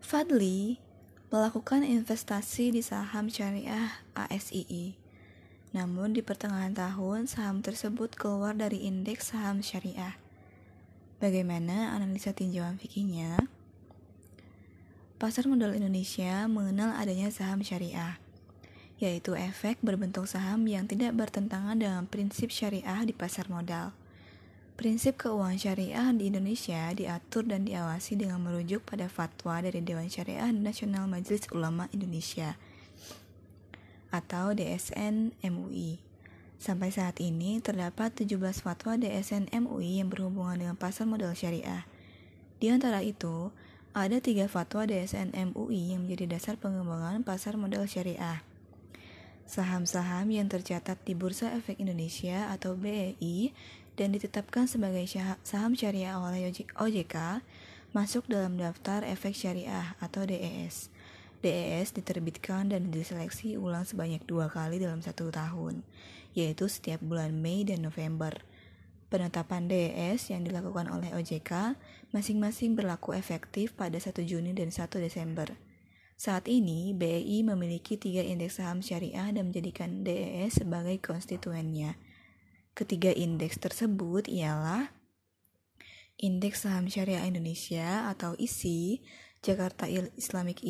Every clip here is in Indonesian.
Fadli melakukan investasi di saham syariah ASII. Namun di pertengahan tahun saham tersebut keluar dari indeks saham syariah. Bagaimana analisa tinjauan fikihnya? Pasar modal Indonesia mengenal adanya saham syariah, yaitu efek berbentuk saham yang tidak bertentangan dengan prinsip syariah di pasar modal. Prinsip keuangan syariah di Indonesia diatur dan diawasi dengan merujuk pada fatwa dari Dewan Syariah Nasional Majelis Ulama Indonesia atau DSN MUI. Sampai saat ini terdapat 17 fatwa DSN MUI yang berhubungan dengan pasar modal syariah. Di antara itu, ada 3 fatwa DSN MUI yang menjadi dasar pengembangan pasar modal syariah. Saham-saham yang tercatat di Bursa Efek Indonesia atau BEI dan ditetapkan sebagai saham syariah oleh OJK masuk dalam daftar efek syariah atau DES. DES diterbitkan dan diseleksi ulang sebanyak 2 kali dalam 1 tahun, yaitu setiap bulan Mei dan November. Penetapan DES yang dilakukan oleh OJK masing-masing berlaku efektif pada 1 Juni dan 1 Desember. Saat ini, BEI memiliki 3 indeks saham syariah dan menjadikan DES sebagai konstituennya. Ketiga indeks tersebut ialah Indeks Saham Syariah Indonesia atau ISI, Jakarta Islamic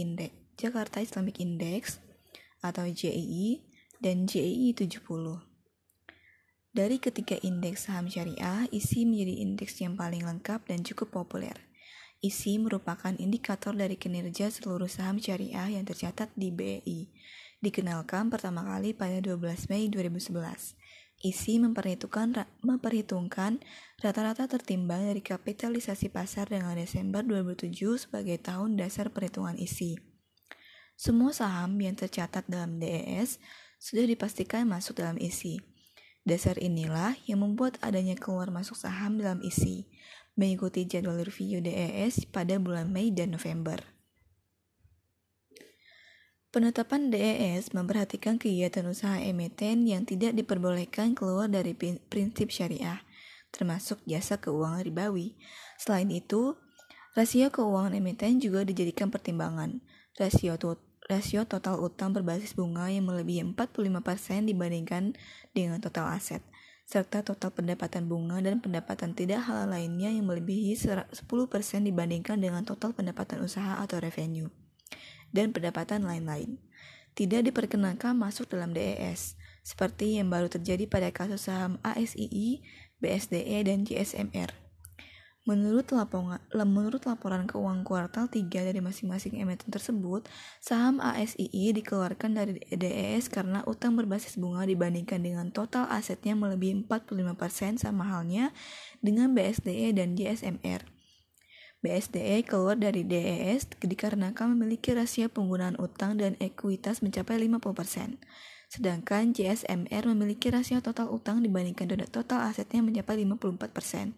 Index atau JII, dan JII 70. Dari ketiga indeks saham syariah, ISI menjadi indeks yang paling lengkap dan cukup populer. ISI merupakan indikator dari kinerja seluruh saham syariah yang tercatat di BEI. Dikenalkan pertama kali pada 12 Mei 2011. ISI memperhitungkan rata-rata tertimbang dari kapitalisasi pasar dengan Desember 2007 sebagai tahun dasar perhitungan ISI. Semua saham yang tercatat dalam DES sudah dipastikan masuk dalam ISI. Dasar inilah yang membuat adanya keluar masuk saham dalam ISI, mengikuti jadwal review DES pada bulan Mei dan November. Penetapan DES memperhatikan kegiatan usaha emiten yang tidak diperbolehkan keluar dari prinsip syariah, termasuk jasa keuangan ribawi. Selain itu, rasio keuangan emiten juga dijadikan pertimbangan. Rasio total utang berbasis bunga yang melebihi 45% dibandingkan dengan total aset, serta total pendapatan bunga dan pendapatan tidak halal lainnya yang melebihi 10% dibandingkan dengan total pendapatan usaha atau revenue dan pendapatan lain-lain. Tidak diperkenankan masuk dalam DES, seperti yang baru terjadi pada kasus saham ASII, BSDE, dan JSMR. Menurut laporan keuangan kuartal 3 dari masing-masing emiten tersebut, saham ASII dikeluarkan dari DES karena utang berbasis bunga dibandingkan dengan total asetnya melebihi 45% sama halnya dengan BSDE dan JSMR. BSDE keluar dari DES dikarenakan memiliki rasio penggunaan utang dan ekuitas mencapai 50%. Sedangkan JSMR memiliki rasio total utang dibandingkan total asetnya mencapai 54%.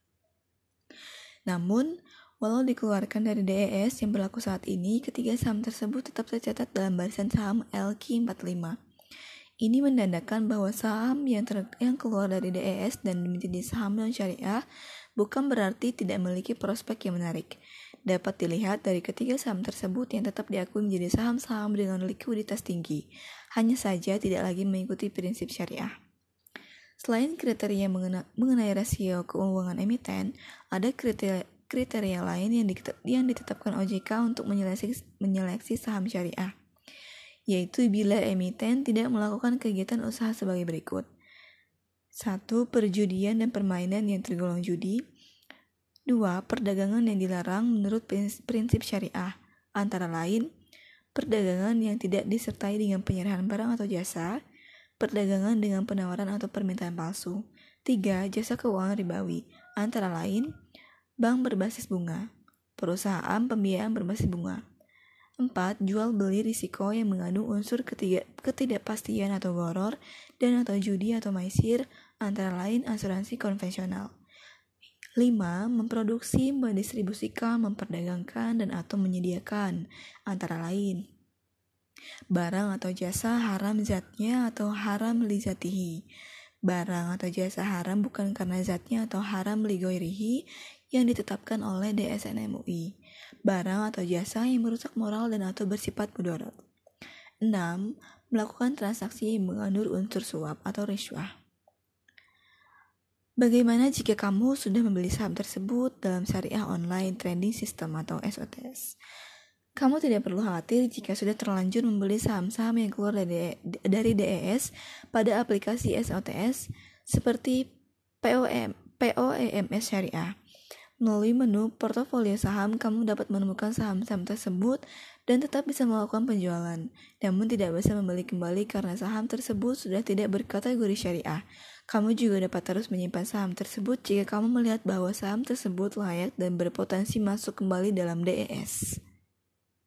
Namun, walau dikeluarkan dari DES yang berlaku saat ini, ketiga saham tersebut tetap tercatat dalam barisan saham LQ45. Ini menandakan bahwa saham yang keluar dari DES dan menjadi saham non-syariah bukan berarti tidak memiliki prospek yang menarik. Dapat dilihat dari ketiga saham tersebut yang tetap diakui menjadi saham-saham dengan likuiditas tinggi, hanya saja tidak lagi mengikuti prinsip syariah. Selain kriteria mengenai rasio keuangan emiten, ada kriteria lain yang ditetapkan OJK untuk menyeleksi saham syariah, yaitu bila emiten tidak melakukan kegiatan usaha sebagai berikut. 1. Perjudian dan permainan yang tergolong judi. 2. Perdagangan yang dilarang menurut prinsip syariah, antara lain perdagangan yang tidak disertai dengan penyerahan barang atau jasa, perdagangan dengan penawaran atau permintaan palsu. 3. Jasa keuangan ribawi, antara lain bank berbasis bunga, perusahaan pembiayaan berbasis bunga. 4. Jual beli risiko yang mengandung unsur ketidakpastian atau gharar dan atau judi atau maisir, antara lain asuransi konvensional. 5. Memproduksi, mendistribusikan, memperdagangkan, dan atau menyediakan, antara lain barang atau jasa haram zatnya atau haram li zatihi. Barang atau jasa haram bukan karena zatnya atau haram li ghairihi, yang ditetapkan oleh DSN MUI, barang atau jasa yang merusak moral dan atau bersifat mudarat. 6. Melakukan transaksi yang mengandung unsur suap atau riswah. Bagaimana jika kamu sudah membeli saham tersebut dalam syariah online trading system atau SOTS? Kamu tidak perlu khawatir jika sudah terlanjur membeli saham-saham yang keluar dari DES pada aplikasi SOTS seperti POEMS Syariah. Melalui menu portofolio saham, kamu dapat menemukan saham-saham tersebut dan tetap bisa melakukan penjualan, namun tidak bisa membeli kembali karena saham tersebut sudah tidak berkategori syariah. Kamu juga dapat terus menyimpan saham tersebut jika kamu melihat bahwa saham tersebut layak dan berpotensi masuk kembali dalam DES.